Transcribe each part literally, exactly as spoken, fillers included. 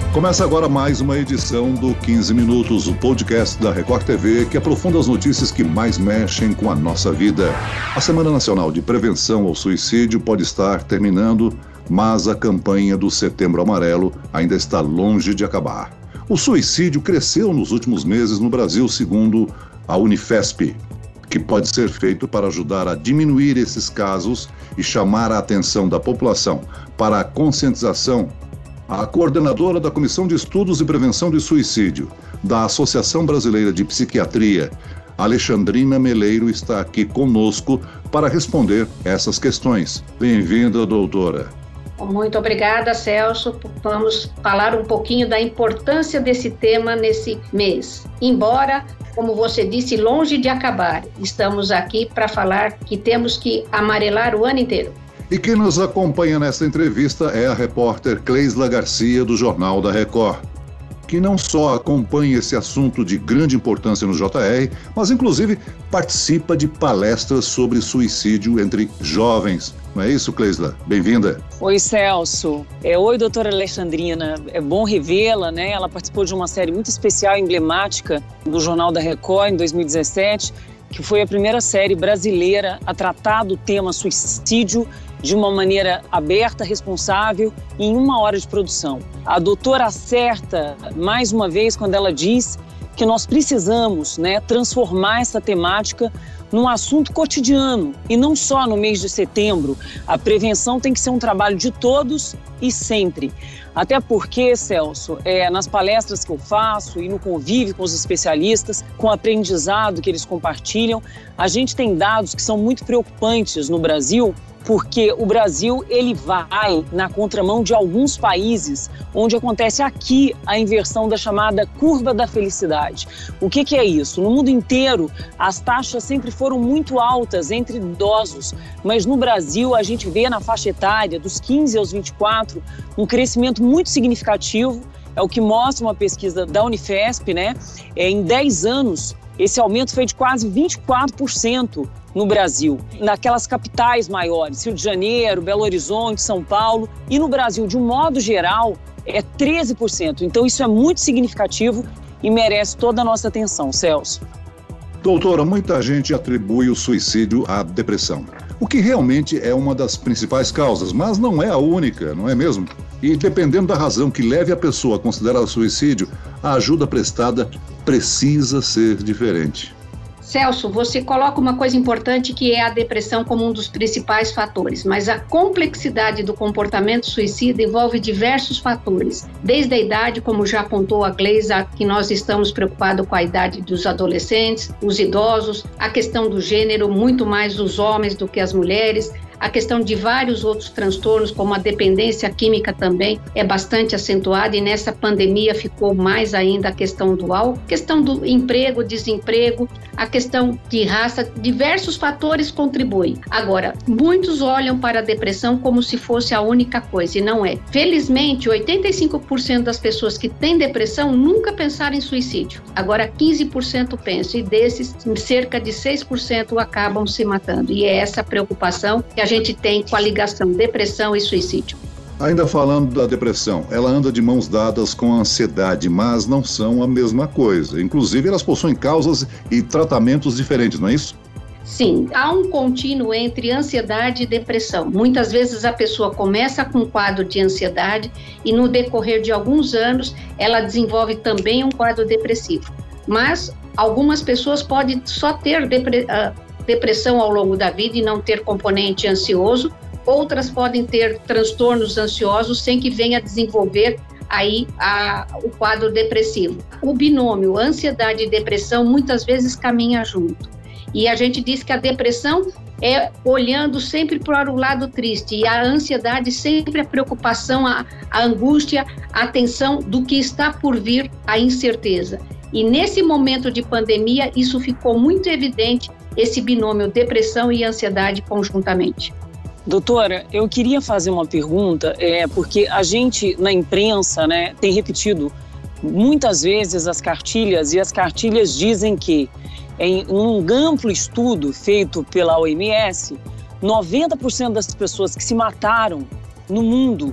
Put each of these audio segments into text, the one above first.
Começa agora mais uma edição do quinze Minutos, o podcast da Record T V que aprofunda as notícias que mais mexem com a nossa vida. A Semana Nacional de Prevenção ao Suicídio pode estar terminando, mas a campanha do Setembro Amarelo ainda está longe de acabar. O suicídio cresceu nos últimos meses no Brasil, segundo a Unifesp. O que pode ser feito para ajudar a diminuir esses casos e chamar a atenção da população para a conscientização? A coordenadora da Comissão de Estudos e Prevenção de Suicídio da Associação Brasileira de Psiquiatria, Alexandrina Meleiro, está aqui conosco para responder essas questões. Bem-vinda, doutora. Muito obrigada, Celso. Vamos falar um pouquinho da importância desse tema nesse mês. Embora, como você disse, longe de acabar, estamos aqui para falar que temos que amarelar o ano inteiro. E quem nos acompanha nesta entrevista é a repórter Cleisla Garcia, do Jornal da Record, que não só acompanha esse assunto de grande importância no J R, mas inclusive participa de palestras sobre suicídio entre jovens. Não é isso, Cleisla? Bem-vinda. Oi, Celso. É, oi, doutora Alexandrina. É bom revê-la, né? Ela participou de uma série muito especial e emblemática do Jornal da Record em dois mil e dezessete, que foi a primeira série brasileira a tratar do tema suicídio de uma maneira aberta, responsável e em uma hora de produção. A doutora acerta, mais uma vez, quando ela diz que nós precisamos, né, transformar essa temática num assunto cotidiano e não só no mês de setembro. A prevenção tem que ser um trabalho de todos e sempre. Até porque, Celso, é, nas palestras que eu faço e no convívio com os especialistas, com o aprendizado que eles compartilham, a gente tem dados que são muito preocupantes no Brasil, porque o Brasil ele vai na contramão de alguns países onde acontece aqui a inversão da chamada curva da felicidade. O que, que é isso? No mundo inteiro, as taxas sempre foram muito altas entre idosos, mas no Brasil a gente vê na faixa etária dos quinze aos vinte e quatro um crescimento muito significativo. É o que mostra uma pesquisa da Unifesp, né? É, em dez anos, esse aumento foi de quase vinte e quatro por cento no Brasil, naquelas capitais maiores, Rio de Janeiro, Belo Horizonte, São Paulo, e no Brasil, de um modo geral, é treze por cento. Então isso é muito significativo e merece toda a nossa atenção, Celso. Doutora, muita gente atribui o suicídio à depressão, o que realmente é uma das principais causas, mas não é a única, não é mesmo? E dependendo da razão que leve a pessoa a considerar o suicídio, a ajuda prestada precisa ser diferente. Celso, você coloca uma coisa importante que é a depressão como um dos principais fatores, mas a complexidade do comportamento suicida envolve diversos fatores, desde a idade, como já apontou a Cleisla, que nós estamos preocupados com a idade dos adolescentes, os idosos, a questão do gênero, muito mais os homens do que as mulheres, a questão de vários outros transtornos, como a dependência química também é bastante acentuada e nessa pandemia ficou mais ainda a questão do álcool, questão do emprego, desemprego, a questão de raça, diversos fatores contribuem. Agora, muitos olham para a depressão como se fosse a única coisa e não é. Felizmente, oitenta e cinco por cento das pessoas que têm depressão nunca pensaram em suicídio. Agora, quinze por cento pensam e desses, cerca de seis por cento acabam se matando. E é essa preocupação que a gente tem com a ligação depressão e suicídio. Ainda falando da depressão, ela anda de mãos dadas com a ansiedade, mas não são a mesma coisa. Inclusive, elas possuem causas e tratamentos diferentes, não é isso? Sim, há um contínuo entre ansiedade e depressão. Muitas vezes a pessoa começa com um quadro de ansiedade e no decorrer de alguns anos ela desenvolve também um quadro depressivo. Mas algumas pessoas podem só ter depressão, depressão ao longo da vida e não ter componente ansioso, outras podem ter transtornos ansiosos sem que venha a desenvolver aí a, o quadro depressivo. O binômio ansiedade e depressão muitas vezes caminha junto. E a gente diz que a depressão é olhando sempre para o lado triste e a ansiedade sempre a preocupação, a, a angústia, a tensão do que está por vir, a incerteza. E nesse momento de pandemia isso ficou muito evidente, esse binômio depressão e ansiedade conjuntamente. Doutora, eu queria fazer uma pergunta, é, porque a gente na imprensa, né, tem repetido muitas vezes as cartilhas, e as cartilhas dizem que em um amplo estudo feito pela O M S, noventa por cento das pessoas que se mataram no mundo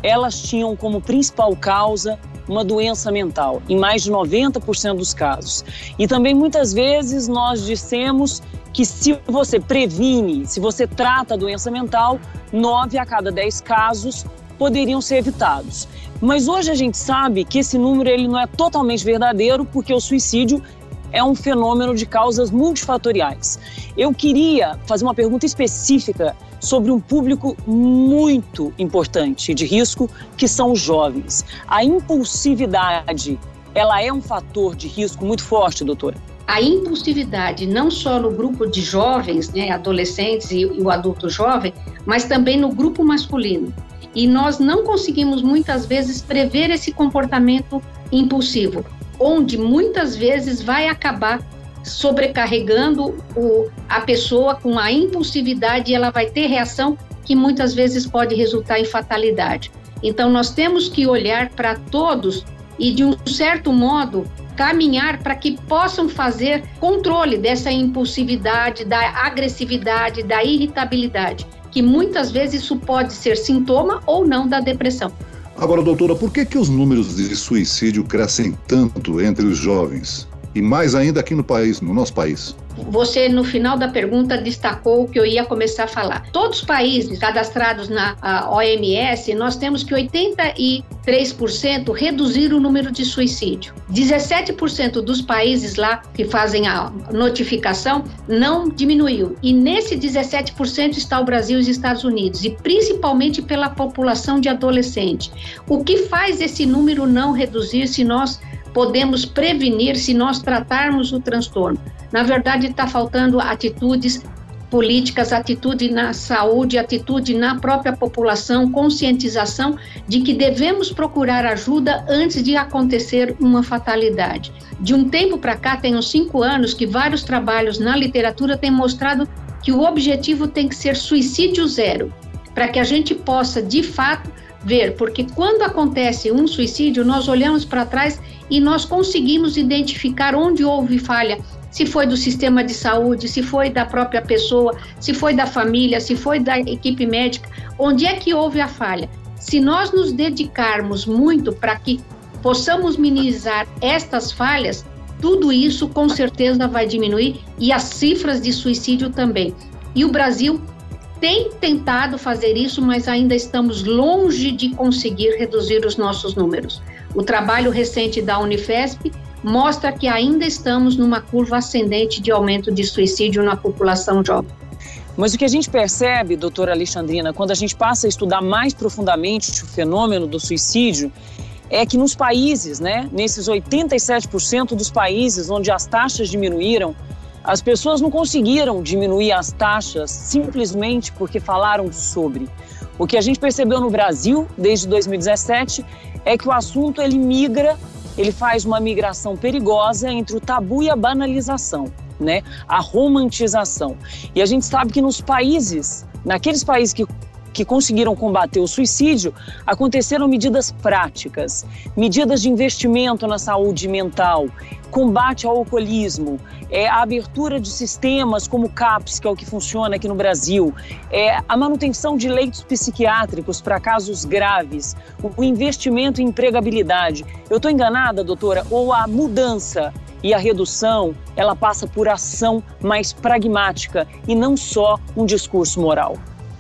elas tinham como principal causa uma doença mental, em mais de noventa por cento dos casos. E também muitas vezes nós dissemos que se você previne, se você trata a doença mental, nove a cada dez casos poderiam ser evitados. Mas hoje a gente sabe que esse número ele não é totalmente verdadeiro, porque o suicídio é um fenômeno de causas multifatoriais. Eu queria fazer uma pergunta específica sobre um público muito importante de risco, que são os jovens. A impulsividade, ela é um fator de risco muito forte, doutora? A impulsividade, não só no grupo de jovens, né, adolescentes e, e o adulto jovem, mas também no grupo masculino. E nós não conseguimos muitas vezes prever esse comportamento impulsivo, onde muitas vezes vai acabar sobrecarregando o, a pessoa com a impulsividade e ela vai ter reação que muitas vezes pode resultar em fatalidade. Então nós temos que olhar para todos e de um certo modo caminhar para que possam fazer controle dessa impulsividade, da agressividade, da irritabilidade, que muitas vezes isso pode ser sintoma ou não da depressão. Agora, doutora, por que que os números de suicídio crescem tanto entre os jovens? E mais ainda aqui no país, no nosso país. Você, no final da pergunta, destacou o que eu ia começar a falar. Todos os países cadastrados na O M S, nós temos que oitenta e três por cento reduzir o número de suicídio. dezessete por cento dos países lá que fazem a notificação não diminuiu. E nesse dezessete por cento está o Brasil e os Estados Unidos, e principalmente pela população de adolescente. O que faz esse número não reduzir se nós podemos prevenir, se nós tratarmos o transtorno? Na verdade, está faltando atitudes políticas, atitude na saúde, atitude na própria população, conscientização de que devemos procurar ajuda antes de acontecer uma fatalidade. De um tempo para cá, tem uns cinco anos, que vários trabalhos na literatura têm mostrado que o objetivo tem que ser suicídio zero, para que a gente possa, de fato, ver, porque quando acontece um suicídio, nós olhamos para trás e nós conseguimos identificar onde houve falha, se foi do sistema de saúde, se foi da própria pessoa, se foi da família, se foi da equipe médica, onde é que houve a falha. Se nós nos dedicarmos muito para que possamos minimizar estas falhas, tudo isso com certeza vai diminuir, e as cifras de suicídio também. E o Brasil tem tentado fazer isso, mas ainda estamos longe de conseguir reduzir os nossos números. O trabalho recente da Unifesp mostra que ainda estamos numa curva ascendente de aumento de suicídio na população jovem. Mas o que a gente percebe, doutora Alexandrina, quando a gente passa a estudar mais profundamente o fenômeno do suicídio, é que nos países, né, nesses oitenta e sete por cento dos países onde as taxas diminuíram, as pessoas não conseguiram diminuir as taxas simplesmente porque falaram sobre. O que a gente percebeu no Brasil desde dois mil e dezessete é que o assunto ele migra, ele faz uma migração perigosa entre o tabu e a banalização, né? A romantização. E a gente sabe que nos países, naqueles países que que conseguiram combater o suicídio, aconteceram medidas práticas, medidas de investimento na saúde mental, combate ao alcoolismo, é, a abertura de sistemas como o CAPS, que é o que funciona aqui no Brasil, é, a manutenção de leitos psiquiátricos para casos graves, o investimento em empregabilidade. Eu estou enganada, doutora? Ou a mudança e a redução, ela passa por ação mais pragmática e não só um discurso moral?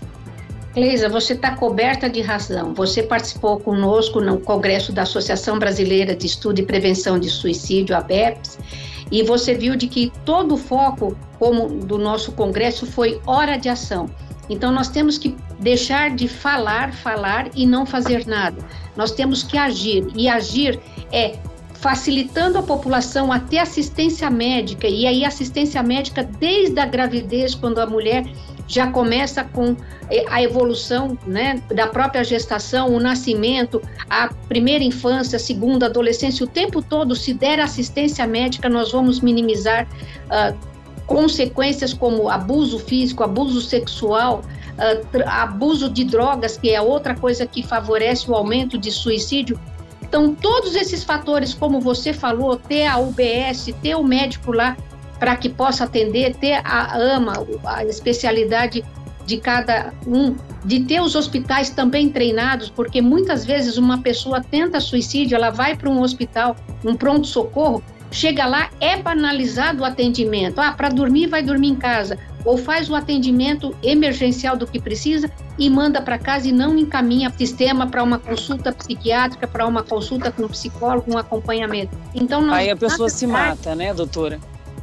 Cleisa, você está coberta de razão. Você participou conosco no Congresso da Associação Brasileira de Estudo e Prevenção de Suicídio, a B E P S, e você viu de que todo o foco como do nosso congresso foi hora de ação. Então, nós temos que deixar de falar, falar e não fazer nada. Nós temos que agir, e agir é facilitando a população a ter assistência médica, e aí assistência médica desde a gravidez, quando a mulher já começa com a evolução, né, da própria gestação, o nascimento, a primeira infância, a segunda, adolescência, o tempo todo, se der assistência médica, nós vamos minimizar uh, consequências como abuso físico, abuso sexual, uh, abuso de drogas, que é outra coisa que favorece o aumento de suicídio. Então, todos esses fatores, como você falou, ter a U B S, ter o médico lá, para que possa atender, ter a AMA, a especialidade de cada um, de ter os hospitais também treinados, porque muitas vezes uma pessoa tenta suicídio, ela vai para um hospital, um pronto-socorro, chega lá, é banalizado o atendimento. Ah, para dormir, vai dormir em casa. Ou faz o atendimento emergencial do que precisa e manda para casa e não encaminha o sistema para uma consulta psiquiátrica, para uma consulta com um psicólogo, um acompanhamento. Então, nós, aí a pessoa se mata, né, doutora?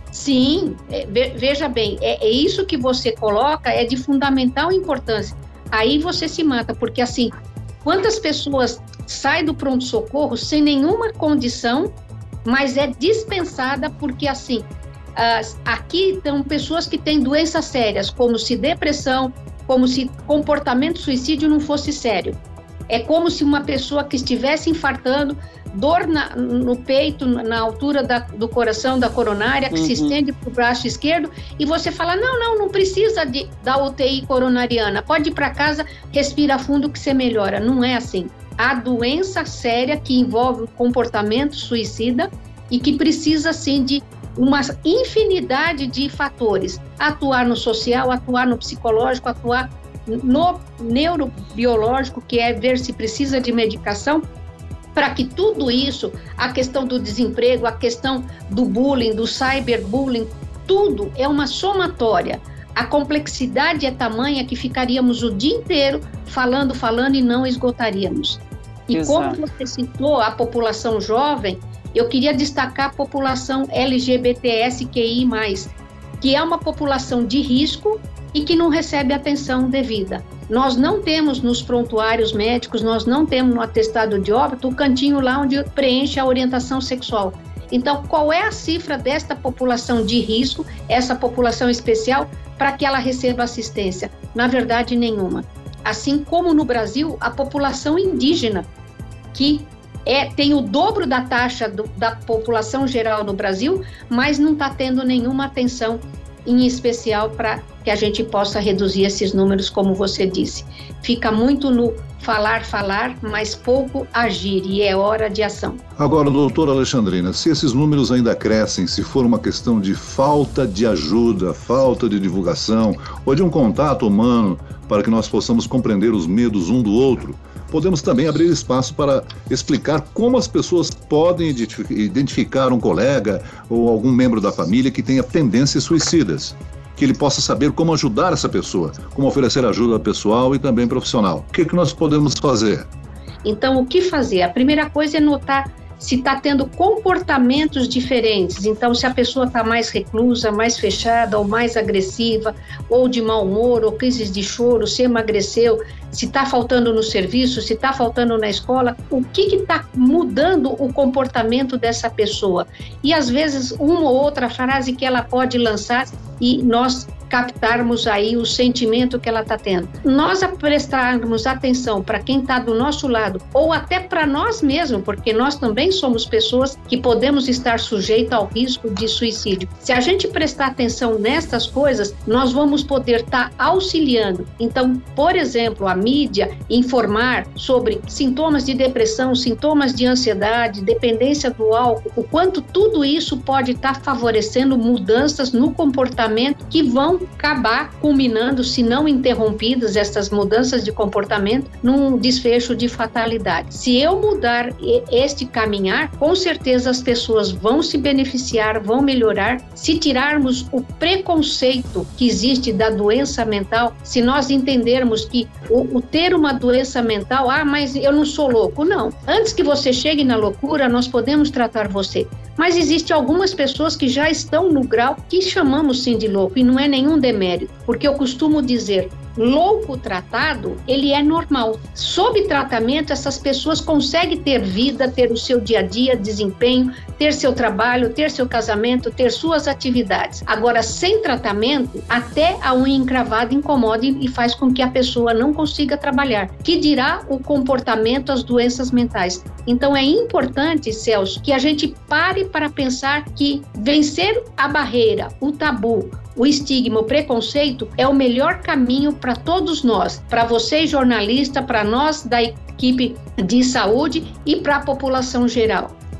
Sim, é, veja bem, é, é isso que você coloca, é de fundamental importância. Aí você se mata, porque assim, quantas pessoas saem do pronto-socorro sem nenhuma condição, mas é dispensada porque assim, as, aqui estão pessoas que têm doenças sérias, como se depressão, como se comportamento suicídio não fosse sério. É como se uma pessoa que estivesse infartando, dor na, no peito, na altura da, do coração, da coronária, que uhum. se estende para o braço esquerdo, e você fala, não, não, não precisa de, da U T I coronariana, pode ir para casa, respira fundo que você melhora. Não é assim. Há doença séria que envolve o comportamento suicida e que precisa, sim, de uma infinidade de fatores. Atuar no social, atuar no psicológico, atuar no neurobiológico, que é ver se precisa de medicação, para que tudo isso, a questão do desemprego, a questão do bullying, do cyberbullying, tudo é uma somatória. A complexidade é tamanha que ficaríamos o dia inteiro falando, falando e não esgotaríamos. E Exato. Como você citou a população jovem, eu queria destacar a população L G B T S Q I mais, que é uma população de risco e que não recebe atenção devida. Nós não temos nos prontuários médicos, nós não temos no atestado de óbito o cantinho lá onde preenche a orientação sexual. Então, qual é a cifra desta população de risco, essa população especial, para que ela receba assistência? Na verdade, nenhuma. Assim como no Brasil, a população indígena, que é, tem o dobro da taxa do, da população geral no Brasil, mas não está tendo nenhuma atenção em especial para que a gente possa reduzir esses números, como você disse. Fica muito no falar, falar, mas pouco agir, e é hora de ação. Agora, doutora Alexandrina, se esses números ainda crescem, se for uma questão de falta de ajuda, falta de divulgação, ou de um contato humano para que nós possamos compreender os medos um do outro, podemos também abrir espaço para explicar como as pessoas podem identificar um colega ou algum membro da família que tenha tendências suicidas, que ele possa saber como ajudar essa pessoa, como oferecer ajuda pessoal e também profissional. O que, que nós podemos fazer? Então, o que fazer? A primeira coisa é notar se está tendo comportamentos diferentes. Então, se a pessoa está mais reclusa, mais fechada, ou mais agressiva, ou de mau humor, ou crises de choro, se emagreceu, se está faltando no serviço, se está faltando na escola, o que está mudando o comportamento dessa pessoa? E, às vezes, uma ou outra frase que ela pode lançar e nós captarmos aí o sentimento que ela está tendo. Nós prestarmos atenção para quem está do nosso lado, ou até para nós mesmos, porque nós também somos pessoas que podemos estar sujeitos ao risco de suicídio. Se a gente prestar atenção nestas coisas, nós vamos poder estar tá auxiliando. Então, por exemplo, a mídia informar sobre sintomas de depressão, sintomas de ansiedade, dependência do álcool, o quanto tudo isso pode estar tá favorecendo mudanças no comportamento que vão acabar culminando, se não interrompidas, essas mudanças de comportamento, num desfecho de fatalidade. Se eu mudar este caminhar, com certeza as pessoas vão se beneficiar, vão melhorar. Se tirarmos o preconceito que existe da doença mental, se nós entendermos que o, o ter uma doença mental, ah, mas eu não sou louco. Não. Antes que você chegue na loucura, nós podemos tratar você. Mas existem algumas pessoas que já estão no grau que chamamos sim de louco, e não é nenhum demérito, porque eu costumo dizer, louco tratado, ele é normal. Sob tratamento, essas pessoas conseguem ter vida, ter o seu dia a dia, desempenho, ter seu trabalho, ter seu casamento, ter suas atividades. Agora, sem tratamento, até a unha encravada incomoda e faz com que a pessoa não consiga trabalhar. Que dirá o comportamento, as doenças mentais? Então, é importante, Celso, que a gente pare para pensar que vencer a barreira, o tabu, o estigma, o preconceito é o melhor caminho para todos nós, para você, jornalista, para nós da equipe de saúde e para a população geral.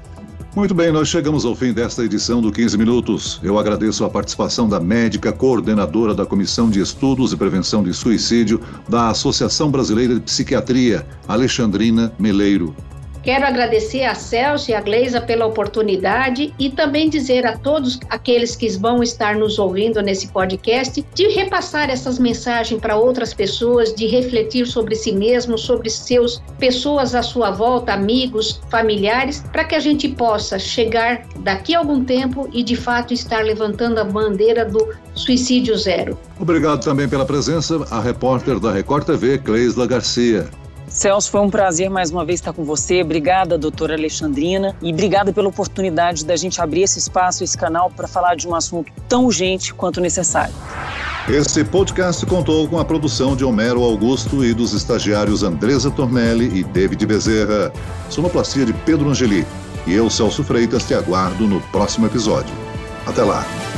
Muito bem, nós chegamos ao fim desta edição do quinze Minutos. Eu agradeço a participação da médica coordenadora da Comissão de Estudos e Prevenção de Suicídio da Associação Brasileira de Psiquiatria, Alexandrina Meleiro. Quero agradecer a Celso e a Gleisa pela oportunidade e também dizer a todos aqueles que vão estar nos ouvindo nesse podcast de repassar essas mensagens para outras pessoas, de refletir sobre si mesmo, sobre seus pessoas à sua volta, amigos, familiares, para que a gente possa chegar daqui a algum tempo e de fato estar levantando a bandeira do suicídio zero. Obrigado também pela presença a repórter da Record T V, Cleisla Garcia. Celso, foi um prazer mais uma vez estar com você. Obrigada, doutora Alexandrina, e obrigada pela oportunidade da gente abrir esse espaço, esse canal, para falar de um assunto tão urgente quanto necessário. Esse podcast contou com a produção de Homero Augusto e dos estagiários Andresa Tornelli e David Bezerra, sonoplastia de Pedro Angeli. E eu, Celso Freitas, te aguardo no próximo episódio. Até lá!